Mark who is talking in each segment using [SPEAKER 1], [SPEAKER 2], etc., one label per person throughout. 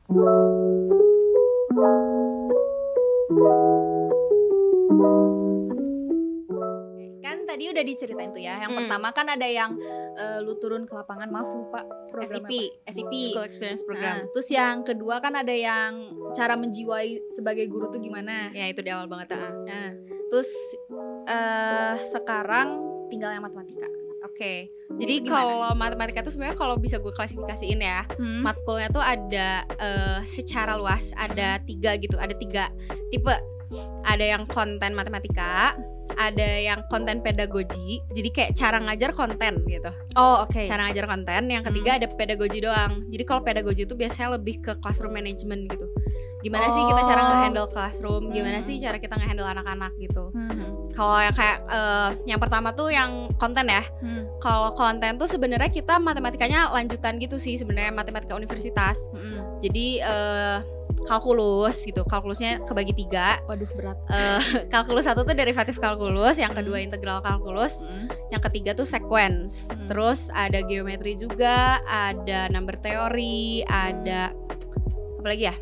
[SPEAKER 1] Kan tadi udah diceritain tuh ya. Yang pertama kan ada yang lu turun ke lapangan, maaf lupa program SIP.
[SPEAKER 2] School Experience Program.
[SPEAKER 1] Terus yang kedua kan ada yang cara menjiwai sebagai guru tuh gimana?
[SPEAKER 2] Ya itu di awal banget.
[SPEAKER 1] Nah, terus sekarang tinggal yang matematika.
[SPEAKER 2] Oke. Jadi kalau matematika tuh sebenarnya kalau bisa gue klasifikasiin ya, matkulnya tuh ada secara luas ada 3 gitu, ada 3 tipe. Ada yang konten matematika, ada yang konten pedagogi, jadi kayak cara ngajar konten gitu.
[SPEAKER 1] Oh oke.
[SPEAKER 2] Cara ngajar konten. Yang ketiga ada pedagogi doang. Jadi kalau pedagogi itu biasanya lebih ke classroom management gitu. Gimana sih kita cara nge-handle classroom, gimana sih cara kita nge-handle anak-anak gitu. Kalau yang kayak yang pertama tuh yang konten ya. Kalau konten tuh sebenarnya kita matematikanya lanjutan gitu sih sebenarnya, matematika universitas. Jadi kalkulus gitu, kalkulusnya kebagi 3.
[SPEAKER 1] Waduh berat.
[SPEAKER 2] Kalkulus 1 tuh derivatif kalkulus, yang kedua integral kalkulus, yang ketiga tuh sequence. Terus ada geometri juga, ada number theory, ada apa lagi ya?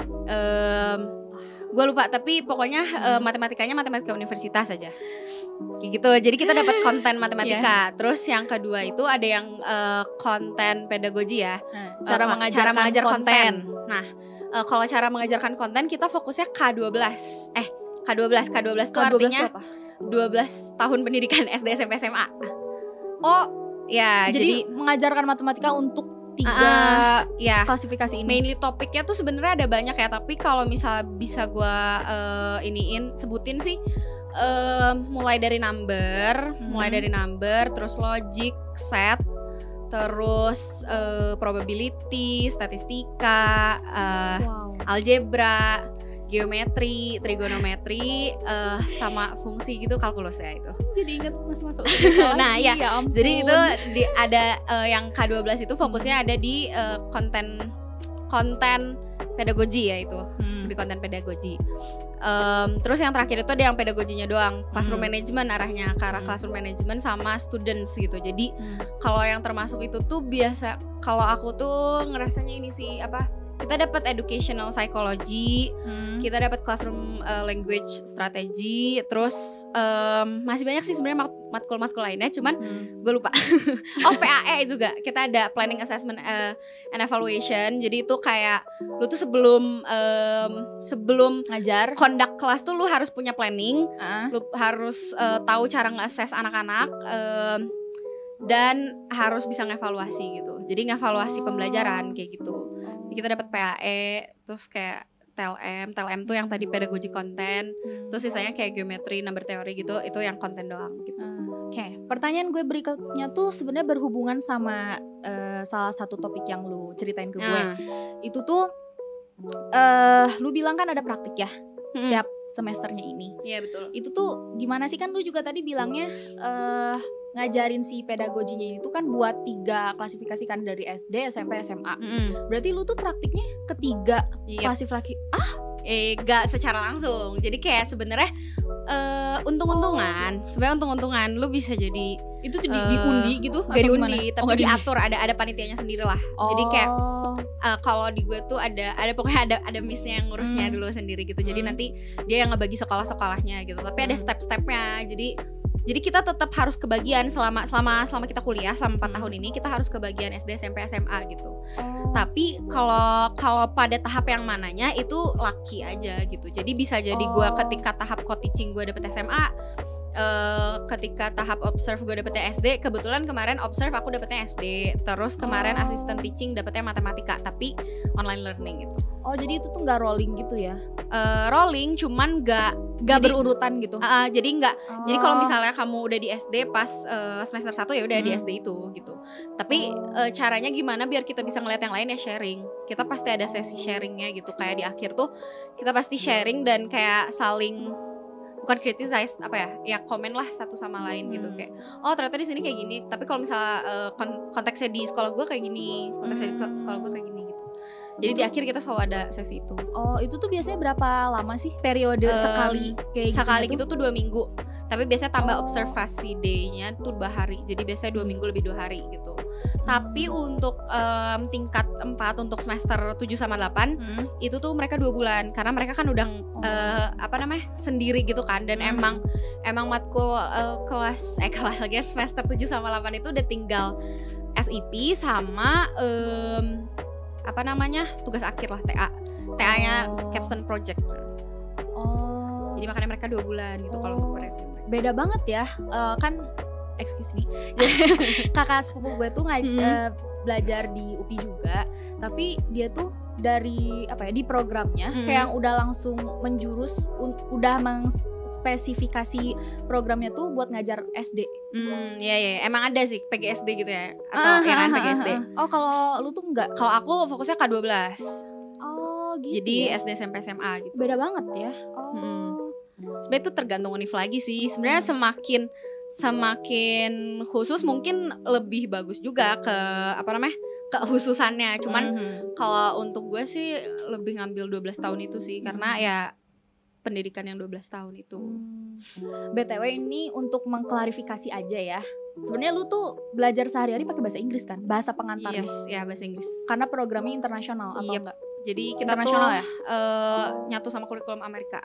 [SPEAKER 2] Gue lupa, tapi pokoknya matematikanya matematika universitas aja gitu. Jadi kita dapat konten matematika. Terus yang kedua itu ada yang konten pedagogi ya, cara mengajar konten. Nah, kalau cara mengajarkan konten kita fokusnya K12 itu artinya apa? 12 tahun pendidikan SD SMP SMA.
[SPEAKER 1] Oh
[SPEAKER 2] ya, jadi
[SPEAKER 1] mengajarkan matematika untuk 3
[SPEAKER 2] ya,
[SPEAKER 1] klasifikasi ini.
[SPEAKER 2] Mainly topiknya tuh sebenarnya ada banyak ya, tapi kalau misalnya bisa gue sebutin sih mulai dari number, terus logic, set, terus probability, statistika, algebra, geometri, trigonometri, sama fungsi gitu, kalkulus ya itu.
[SPEAKER 1] Jadi inget masa-masa
[SPEAKER 2] nah ya jadi itu ada yang K12 itu fokusnya ada di konten pedagogi ya itu, di konten pedagogi. Terus yang terakhir itu ada yang pedagoginya doang, classroom management, arahnya ke arah classroom management sama students gitu. Jadi kalau yang termasuk itu tuh biasa, kalau aku tuh ngerasanya ini sih kita dapat educational psychology, kita dapat classroom language strategy, terus masih banyak sih sebenarnya matkul-matkul lainnya, cuman gue lupa. PAE juga, kita ada planning assessment and evaluation. Jadi itu kayak lu tuh sebelum
[SPEAKER 1] ngajar,
[SPEAKER 2] conduct kelas tuh lu harus punya planning, lu harus tahu cara nge-assess anak-anak, dan harus bisa ngevaluasi gitu. Jadi ngevaluasi pembelajaran kayak gitu. Jadi kita dapat PAE, terus kayak TLM tuh yang tadi pedagogi konten, terus sisanya kayak geometri, number theory gitu, itu yang konten doang gitu.
[SPEAKER 1] Oke, pertanyaan gue berikutnya tuh sebenarnya berhubungan sama salah satu topik yang lu ceritain ke gue. Itu tuh lu bilang kan ada praktik ya tiap semesternya ini.
[SPEAKER 2] Iya betul.
[SPEAKER 1] Itu tuh gimana sih, kan lu juga tadi bilangnya ngajarin si pedagoginya ini tuh kan buat 3 klasifikasi kan, dari SD, SMP, SMA. Berarti lu tuh praktiknya ketiga klasifikasi.
[SPEAKER 2] Gak secara langsung. Jadi kayak sebenarnya untung-untungan lu bisa jadi
[SPEAKER 1] itu diundi gitu?
[SPEAKER 2] Gak diundi, tapi diatur, ada panitianya sendiri lah. Jadi kayak kalau di gue tuh ada pokoknya ada missnya yang ngurusnya dulu sendiri gitu. Jadi nanti dia yang ngebagi sekolah-sekolahnya gitu. Tapi ada step-stepnya. Jadi kita tetap harus kebagian selama kita kuliah selama 4 tahun ini, kita harus kebagian SD, SMP, SMA gitu. Tapi kalau pada tahap yang mananya itu lucky aja gitu. Jadi bisa jadi gue ketika tahap co-teaching gue dapet SMA, ketika tahap observe gue dapetnya SD. Kebetulan kemarin observe aku dapetnya SD. Terus kemarin assistant teaching dapetnya matematika, tapi online learning gitu.
[SPEAKER 1] Oh jadi itu tuh gak rolling gitu ya?
[SPEAKER 2] Rolling, cuman gak
[SPEAKER 1] berurutan gitu.
[SPEAKER 2] Jadi nggak. Jadi kalau misalnya kamu udah di SD pas semester 1 ya udah di SD itu gitu. Tapi caranya gimana biar kita bisa ngeliat yang lain ya sharing. Kita pasti ada sesi sharingnya gitu. Kayak di akhir tuh kita pasti sharing dan kayak saling, bukan criticize ya komen lah satu sama lain gitu, kayak ternyata di sini kayak gini. Tapi kalau misalnya konteksnya di sekolah gue kayak gini, konteksnya di sekolah gue kayak gini gitu. Jadi di akhir kita selalu ada sesi itu. Oh, itu tuh biasanya berapa lama sih periode sekali kayak sekali gitu tuh 2 minggu. Tapi biasanya tambah observasi day-nya tuh 2 hari. Jadi biasanya 2 minggu lebih 2 hari gitu. Tapi untuk tingkat 4 untuk semester 7 sama 8 itu tuh mereka 2 bulan karena mereka kan udah sendiri gitu kan. Dan emang matkul kelas lagi semester 7 sama 8 itu udah tinggal SIP sama tugas akhir lah, TA-nya capstone project. Jadi makanya mereka 2 bulan gitu kalau untuk mereka.
[SPEAKER 1] Beda banget ya, kan excuse me. Kakak sepupu gue tuh belajar di UPI juga, tapi dia tuh dari di programnya kayak yang udah langsung menjurus, udah spesifikasi programnya tuh buat ngajar SD.
[SPEAKER 2] Iya, emang ada sih PGSD gitu ya, atau yang PGSD.
[SPEAKER 1] Oh, kalau lu tuh enggak?
[SPEAKER 2] Kalau aku fokusnya K12.
[SPEAKER 1] Oh, gitu.
[SPEAKER 2] Jadi SD SMP SMA gitu.
[SPEAKER 1] Beda banget ya.
[SPEAKER 2] Sebenarnya itu tergantung univ lagi sih. Sebenarnya semakin khusus mungkin lebih bagus juga ke kekhususannya. Cuman kalau untuk gue sih lebih ngambil 12 tahun itu sih, karena ya pendidikan yang 12 tahun itu.
[SPEAKER 1] BTW ini untuk mengklarifikasi aja ya. Sebenarnya lu tuh belajar sehari-hari pakai bahasa Inggris kan? Bahasa pengantarnya.
[SPEAKER 2] Yes, ya bahasa Inggris.
[SPEAKER 1] Karena programnya internasional atau enggak?
[SPEAKER 2] Jadi kita tuh nyatu sama kurikulum Amerika.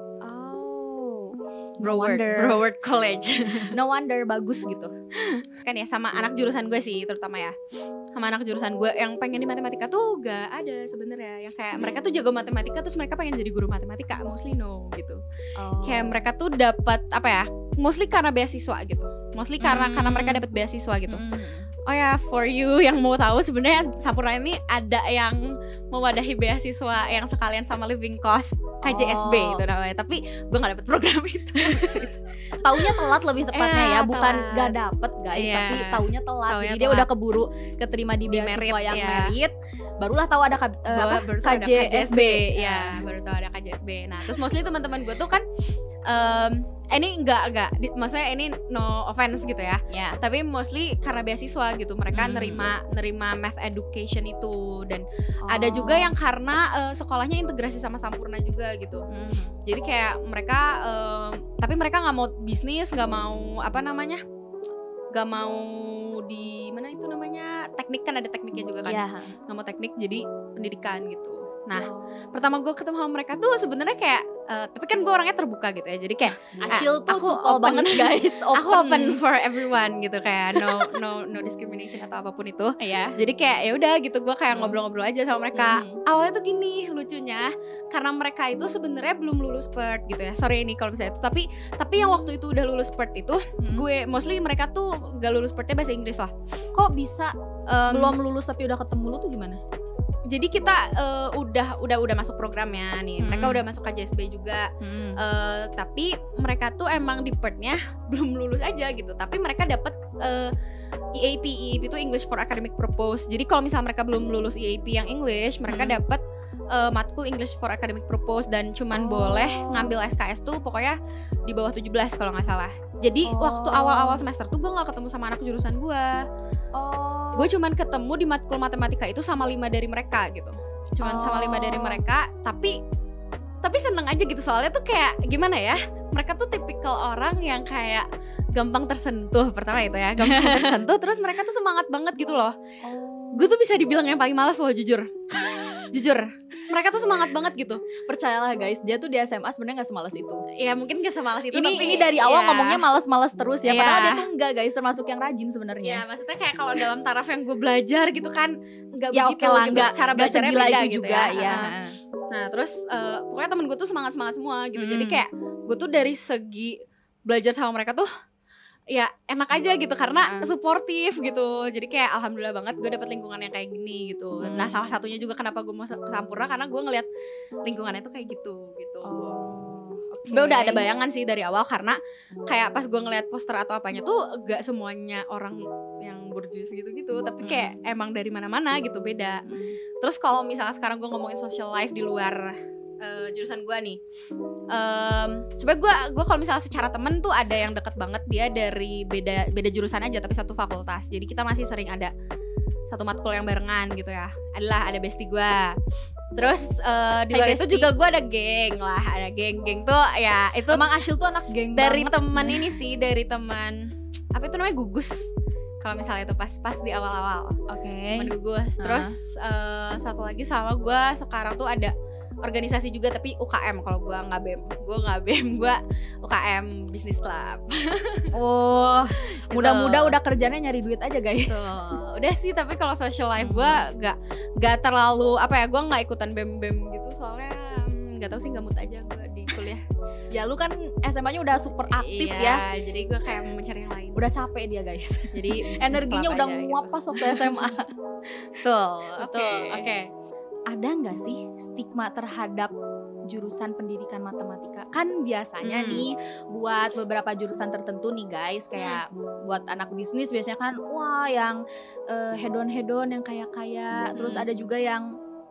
[SPEAKER 2] Broward College.
[SPEAKER 1] No wonder bagus gitu.
[SPEAKER 2] Kan ya, sama anak jurusan gue sih terutama ya. Sama anak jurusan gue yang pengen di matematika tuh gak ada sebenarnya. Yang kayak mereka tuh jago matematika terus mereka pengen jadi guru matematika, mostly no gitu. Kayak mereka tuh dapat mostly karena beasiswa gitu. Mostly karena mereka dapat beasiswa gitu. Oh ya, for you yang mau tahu, sebenarnya Sampurna ini ada yang mewadahi beasiswa yang sekalian sama living cost KJSB itu namanya. Tapi gue gak dapet program itu.
[SPEAKER 1] Taunya telat lebih tepatnya ya, bukan gak dapet guys, tapi taunya telat. Jadi dia udah keburu keterima di beasiswa yang merit, barulah tahu ada KJSB.
[SPEAKER 2] Ya, baru tahu ada KJSB. Nah, terus mostly teman-teman gue tuh kan ini maksudnya ini no offense gitu ya. Tapi mostly karena beasiswa gitu, mereka nerima math education itu. Dan ada juga yang karena sekolahnya integrasi sama Sampurna juga gitu. Jadi kayak mereka tapi mereka nggak mau bisnis, nggak mau nggak mau di mana itu namanya teknik, kan ada tekniknya juga kan. Nggak mau teknik, jadi pendidikan gitu. Nah, pertama gue ketemu sama mereka tuh sebenarnya kayak tapi kan gue orangnya terbuka gitu ya. Jadi kayak
[SPEAKER 1] Ashil tuh supel banget guys.
[SPEAKER 2] Aku open for everyone gitu, kayak no discrimination atau apapun itu. Jadi kayak ya udah gitu, gue kayak ngobrol-ngobrol aja sama mereka. Awalnya tuh gini lucunya, karena mereka itu sebenarnya belum lulus PERT gitu ya. Sorry ini kalau misalnya itu, tapi yang waktu itu udah lulus PERT itu, gue mostly mereka tuh gak lulus PERT-nya bahasa Inggris lah.
[SPEAKER 1] Kok bisa belum lulus tapi udah ketemu lu tuh gimana?
[SPEAKER 2] Jadi kita udah masuk programnya nih. Mereka udah masuk KJSB juga. Tapi mereka tuh emang di PERT-nya belum lulus aja gitu. Tapi mereka dapat EAP itu English for Academic Purpose. Jadi kalau misalnya mereka belum lulus EAP yang English, mereka dapat matkul English for Academic Purpose, dan cuman boleh ngambil SKS tuh pokoknya di bawah 17 kalau nggak salah. Jadi waktu awal-awal semester tuh gue nggak ketemu sama anak jurusan gue. Gue cuman ketemu di matkul matematika itu sama 5 dari mereka gitu. Cuman sama 5 dari mereka, tapi seneng aja gitu, soalnya tuh kayak gimana ya, mereka tuh tipikal orang yang kayak gampang tersentuh. Pertama itu ya, gampang tersentuh. Terus mereka tuh semangat banget gitu loh. Gue tuh bisa dibilang yang paling malas loh, jujur. Mereka tuh semangat banget gitu.
[SPEAKER 1] Percayalah guys, dia tuh di SMA sebenarnya nggak semalas itu.
[SPEAKER 2] Ya mungkin gak semalas itu.
[SPEAKER 1] Ini dari awal ngomongnya malas-malas terus ya. Padahal dia tuh enggak guys, termasuk yang rajin sebenarnya.
[SPEAKER 2] Ya maksudnya kayak kalau dalam taraf yang gue belajar gitu kan nggak begitu lah, gitu. Cara belajarnya beda
[SPEAKER 1] itu
[SPEAKER 2] gitu
[SPEAKER 1] juga
[SPEAKER 2] ya. Nah terus pokoknya temen gue tuh semangat semua gitu. Jadi kayak gue tuh dari segi belajar sama mereka tuh ya enak aja gitu, karena suportif gitu. Jadi kayak alhamdulillah banget gue dapet lingkungan yang kayak gini gitu. Nah salah satunya juga kenapa gue mau ke Sampurna, karena gue ngeliat lingkungannya tuh kayak gitu. Sebenarnya udah ada bayangan sih dari awal, karena kayak pas gue ngeliat poster atau apanya tuh gak semuanya orang yang borjuis gitu-gitu, tapi kayak emang dari mana-mana gitu, beda. Terus kalau misalnya sekarang gue ngomongin social life di luar jurusan gue nih, sebenarnya gue kalau misalnya secara temen tuh ada yang deket banget, dia dari beda jurusan aja tapi satu fakultas. Jadi kita masih sering ada satu matkul yang barengan gitu ya. Ada bestie gue. Terus di luar itu juga gue ada geng tuh ya. Itu
[SPEAKER 1] emang Ashil tuh anak geng
[SPEAKER 2] dari
[SPEAKER 1] banget.
[SPEAKER 2] Teman ini sih, dari teman apa itu namanya, gugus. Kalau misalnya itu pas di awal-awal.
[SPEAKER 1] Oke.
[SPEAKER 2] Temen gugus. Terus satu lagi sama gue sekarang tuh ada organisasi juga tapi UKM. Kalau gue nggak BEM, gue UKM Business Club.
[SPEAKER 1] Oh, muda-muda udah kerjanya nyari duit aja guys.
[SPEAKER 2] Tuh. Udah sih, tapi kalau social life gue gak terlalu gue nggak ikutan BEM gitu soalnya nggak tahu sih, nggak mood aja gue di kuliah.
[SPEAKER 1] Ya lu kan SMA-nya udah super aktif ya.
[SPEAKER 2] Jadi gue kayak mau mencari yang lain.
[SPEAKER 1] Udah capek dia guys.
[SPEAKER 2] Jadi
[SPEAKER 1] energinya udah nguap pas waktu SMA.
[SPEAKER 2] Betul.
[SPEAKER 1] Oke. Ada nggak sih stigma terhadap jurusan pendidikan matematika? Kan biasanya nih buat beberapa jurusan tertentu nih guys, kayak buat anak bisnis biasanya kan wah yang hedon yang kaya-kaya, terus ada juga yang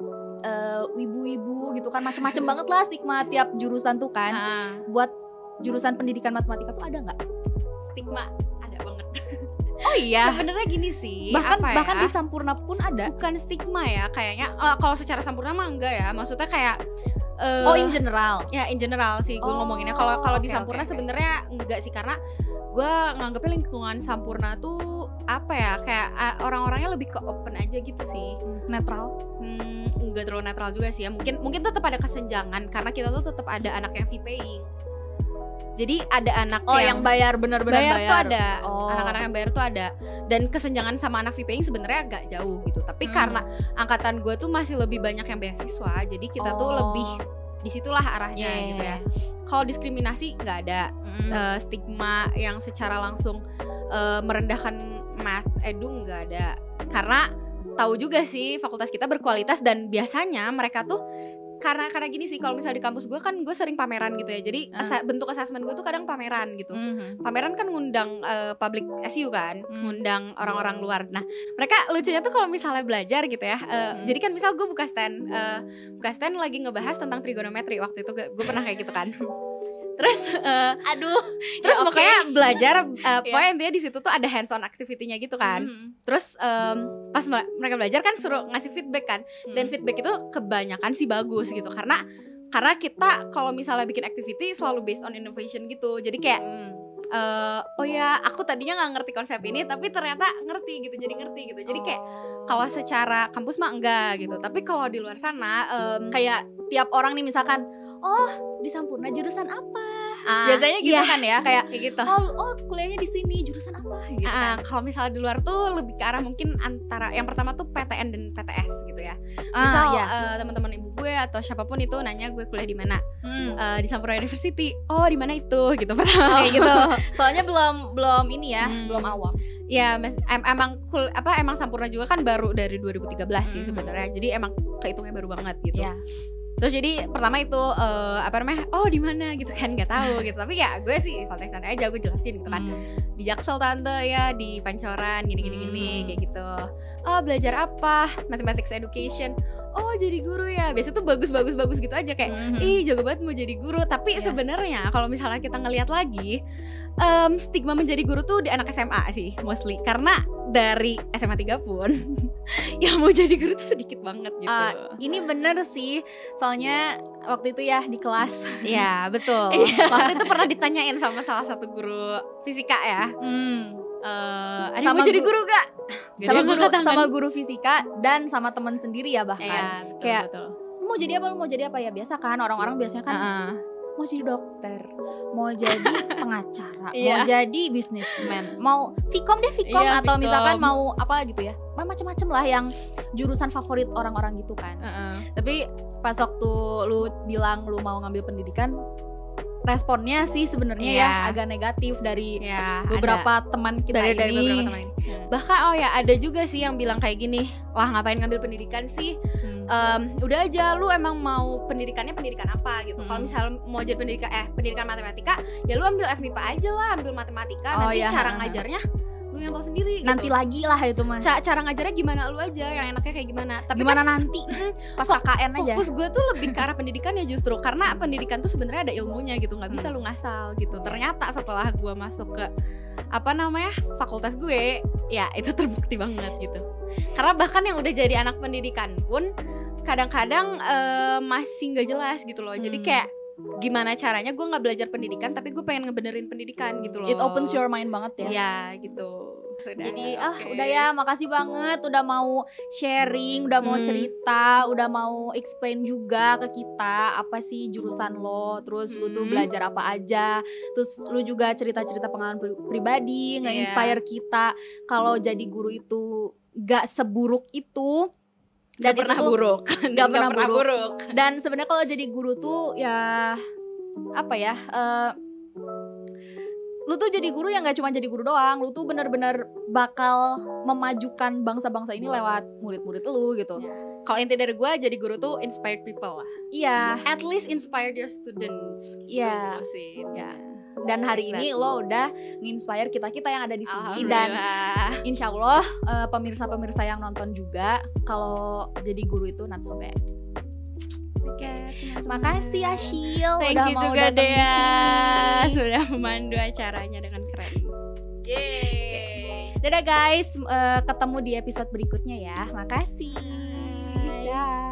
[SPEAKER 1] wibu-wibu gitu kan, macem-macem banget lah stigma tiap jurusan tuh kan. Buat jurusan pendidikan matematika tuh ada nggak
[SPEAKER 2] stigma? Ada banget.
[SPEAKER 1] Oh iya.
[SPEAKER 2] Sebenarnya gini sih.
[SPEAKER 1] Bahkan di Sampurna pun ada.
[SPEAKER 2] Bukan stigma ya, kayaknya. Kalau secara Sampurna mah enggak ya. Maksudnya kayak
[SPEAKER 1] in general.
[SPEAKER 2] Ya in general sih gue ngomonginnya. Kalau di Sampurna sebenarnya enggak sih, karena gue nganggepnya lingkungan Sampurna tuh kayak orang-orangnya lebih ke open aja gitu sih.
[SPEAKER 1] Netral.
[SPEAKER 2] Enggak terlalu netral juga sih ya. Mungkin tetap ada kesenjangan karena kita tuh tetap ada anak yang fee paying. Jadi ada anak
[SPEAKER 1] yang bayar benar-benar bayar
[SPEAKER 2] tuh ada. Anak-anak yang bayar tuh ada. Dan kesenjangan sama anak fee paying sebenarnya agak jauh gitu. Tapi karena angkatan gue tuh masih lebih banyak yang beasiswa, jadi kita tuh lebih disitulah arahnya gitu ya. Kalau diskriminasi nggak ada, stigma yang secara langsung merendahkan math edu nggak ada. Karena tahu juga sih fakultas kita berkualitas dan biasanya mereka tuh karena gini sih, kalau misalnya di kampus gue kan gue sering pameran gitu ya, jadi bentuk assessment gue tuh kadang pameran gitu. Pameran kan ngundang public SU kan, ngundang orang-orang luar. Nah mereka lucunya tuh kalau misalnya belajar gitu ya, jadi kan misal gue buka stand lagi ngebahas tentang trigonometri, waktu itu gue pernah kayak gitu kan. Terus terus makanya belajar pokoknya intinya di situ tuh ada hands on activity-nya gitu kan. Terus pas mereka belajar kan suruh ngasih feedback kan. Dan feedback itu kebanyakan sih bagus gitu, karena kita kalau misalnya bikin activity selalu based on innovation gitu. Jadi kayak aku tadinya nggak ngerti konsep ini tapi ternyata ngerti gitu, jadi kayak kalau secara kampus mah enggak gitu, tapi kalau di luar sana
[SPEAKER 1] kayak tiap orang nih misalkan di Sampurna jurusan apa? Biasanya gitu kan ya, kayak gitu. Kuliahnya di sini jurusan apa gitu kan.
[SPEAKER 2] Kalau misalnya di luar tuh lebih ke arah mungkin antara yang pertama tuh PTN dan PTS gitu ya. Misal teman-teman ibu gue atau siapapun itu nanya gue kuliah di mana. Di Sampurna University. Oh, di mana itu gitu pertama kayak gitu.
[SPEAKER 1] Soalnya belum ini ya, belum awam.
[SPEAKER 2] Ya, emang Sampurna juga kan baru dari 2013 sih sebenarnya. Jadi emang kehitungnya baru banget gitu. Yeah. Terus jadi pertama itu di mana gitu kan, nggak tahu gitu, tapi ya gue sih santai-santai aja gue jelasin gitu kan. Di Jaksel tante ya, di Pancoran gini kayak gitu. Belajar apa? Mathematics education. Jadi guru ya. Biasanya tuh bagus gitu aja kayak jago banget mau jadi guru. Tapi sebenarnya kalau misalnya kita ngelihat lagi, stigma menjadi guru tuh di anak SMA sih mostly, karena dari SMA 3 pun yang mau jadi guru tuh sedikit banget gitu.
[SPEAKER 1] Ini bener sih, soalnya waktu itu ya di kelas.
[SPEAKER 2] Ya betul. Waktu itu pernah ditanyain sama salah satu guru fisika ya. Ada mau jadi guru gak?
[SPEAKER 1] Sama guru fisika dan sama teman sendiri ya bahkan.
[SPEAKER 2] Iya, betul,
[SPEAKER 1] kayak
[SPEAKER 2] betul.
[SPEAKER 1] Lu mau jadi apa ya, biasa kan orang-orang biasanya kan mau jadi dokter, mau jadi pengacara, mau jadi bisnismen, mau Vkom atau misalkan mau apa gitu ya, macam-macam lah yang jurusan favorit orang-orang gitu kan. Tapi pas waktu lu bilang lu mau ngambil pendidikan, responnya sih sebenarnya ya agak negatif dari beberapa teman kita
[SPEAKER 2] dari beberapa teman ini. Bahkan ada juga sih yang bilang kayak gini, wah ngapain ngambil pendidikan sih? Udah aja lu emang mau pendidikan apa gitu. Kalau misalnya mau jadi pendidikan matematika, ya lu ambil FMIPA aja lah, ambil matematika. Nanti cara ngajarnya lu yang tahu sendiri gitu.
[SPEAKER 1] Nanti lagi lah itu mah.
[SPEAKER 2] Cara ngajarnya gimana lu aja, yang enaknya kayak gimana. Tapi
[SPEAKER 1] gimana kan, nanti pas KKN aja.
[SPEAKER 2] Fokus gue tuh lebih ke arah pendidikan ya, justru karena pendidikan tuh sebenarnya ada ilmunya gitu, nggak bisa lu ngasal gitu. Ternyata setelah gue masuk ke fakultas gue, ya itu terbukti banget gitu. Karena bahkan yang udah jadi anak pendidikan pun kadang-kadang masih nggak jelas gitu loh. Jadi kayak gimana caranya gue nggak belajar pendidikan tapi gue pengen ngebenerin pendidikan gitu loh.
[SPEAKER 1] It opens your mind banget ya.
[SPEAKER 2] Iya gitu.
[SPEAKER 1] Jadi udah ya, makasih banget udah mau sharing, udah mau cerita, udah mau explain juga ke kita apa sih jurusan lo, terus lu tuh belajar apa aja, terus lu juga cerita-cerita pengalaman pribadi, nge-inspire kita kalau jadi guru itu gak seburuk itu. Dan
[SPEAKER 2] gak pernah buruk.
[SPEAKER 1] Gak pernah buruk. Dan sebenarnya kalau jadi guru tuh ya apa ya, lu tuh jadi guru yang gak cuma jadi guru doang, lu tuh bener-bener bakal memajukan bangsa-bangsa ini lewat murid-murid lu gitu.
[SPEAKER 2] Kalau inti dari gue, jadi guru tuh inspired people lah.
[SPEAKER 1] Iya.
[SPEAKER 2] At least inspired your students.
[SPEAKER 1] Iya.
[SPEAKER 2] Sih.
[SPEAKER 1] Ya. Dan hari ini lo udah nginspire kita-kita yang ada di sini. Dan insya Allah pemirsa-pemirsa yang nonton juga, kalau jadi guru itu not so bad. Makasih Ashil udah mau datang di sini,
[SPEAKER 2] sudah memandu acaranya dengan keren.
[SPEAKER 1] Dadah guys, ketemu di episode berikutnya ya. Makasih. Bye.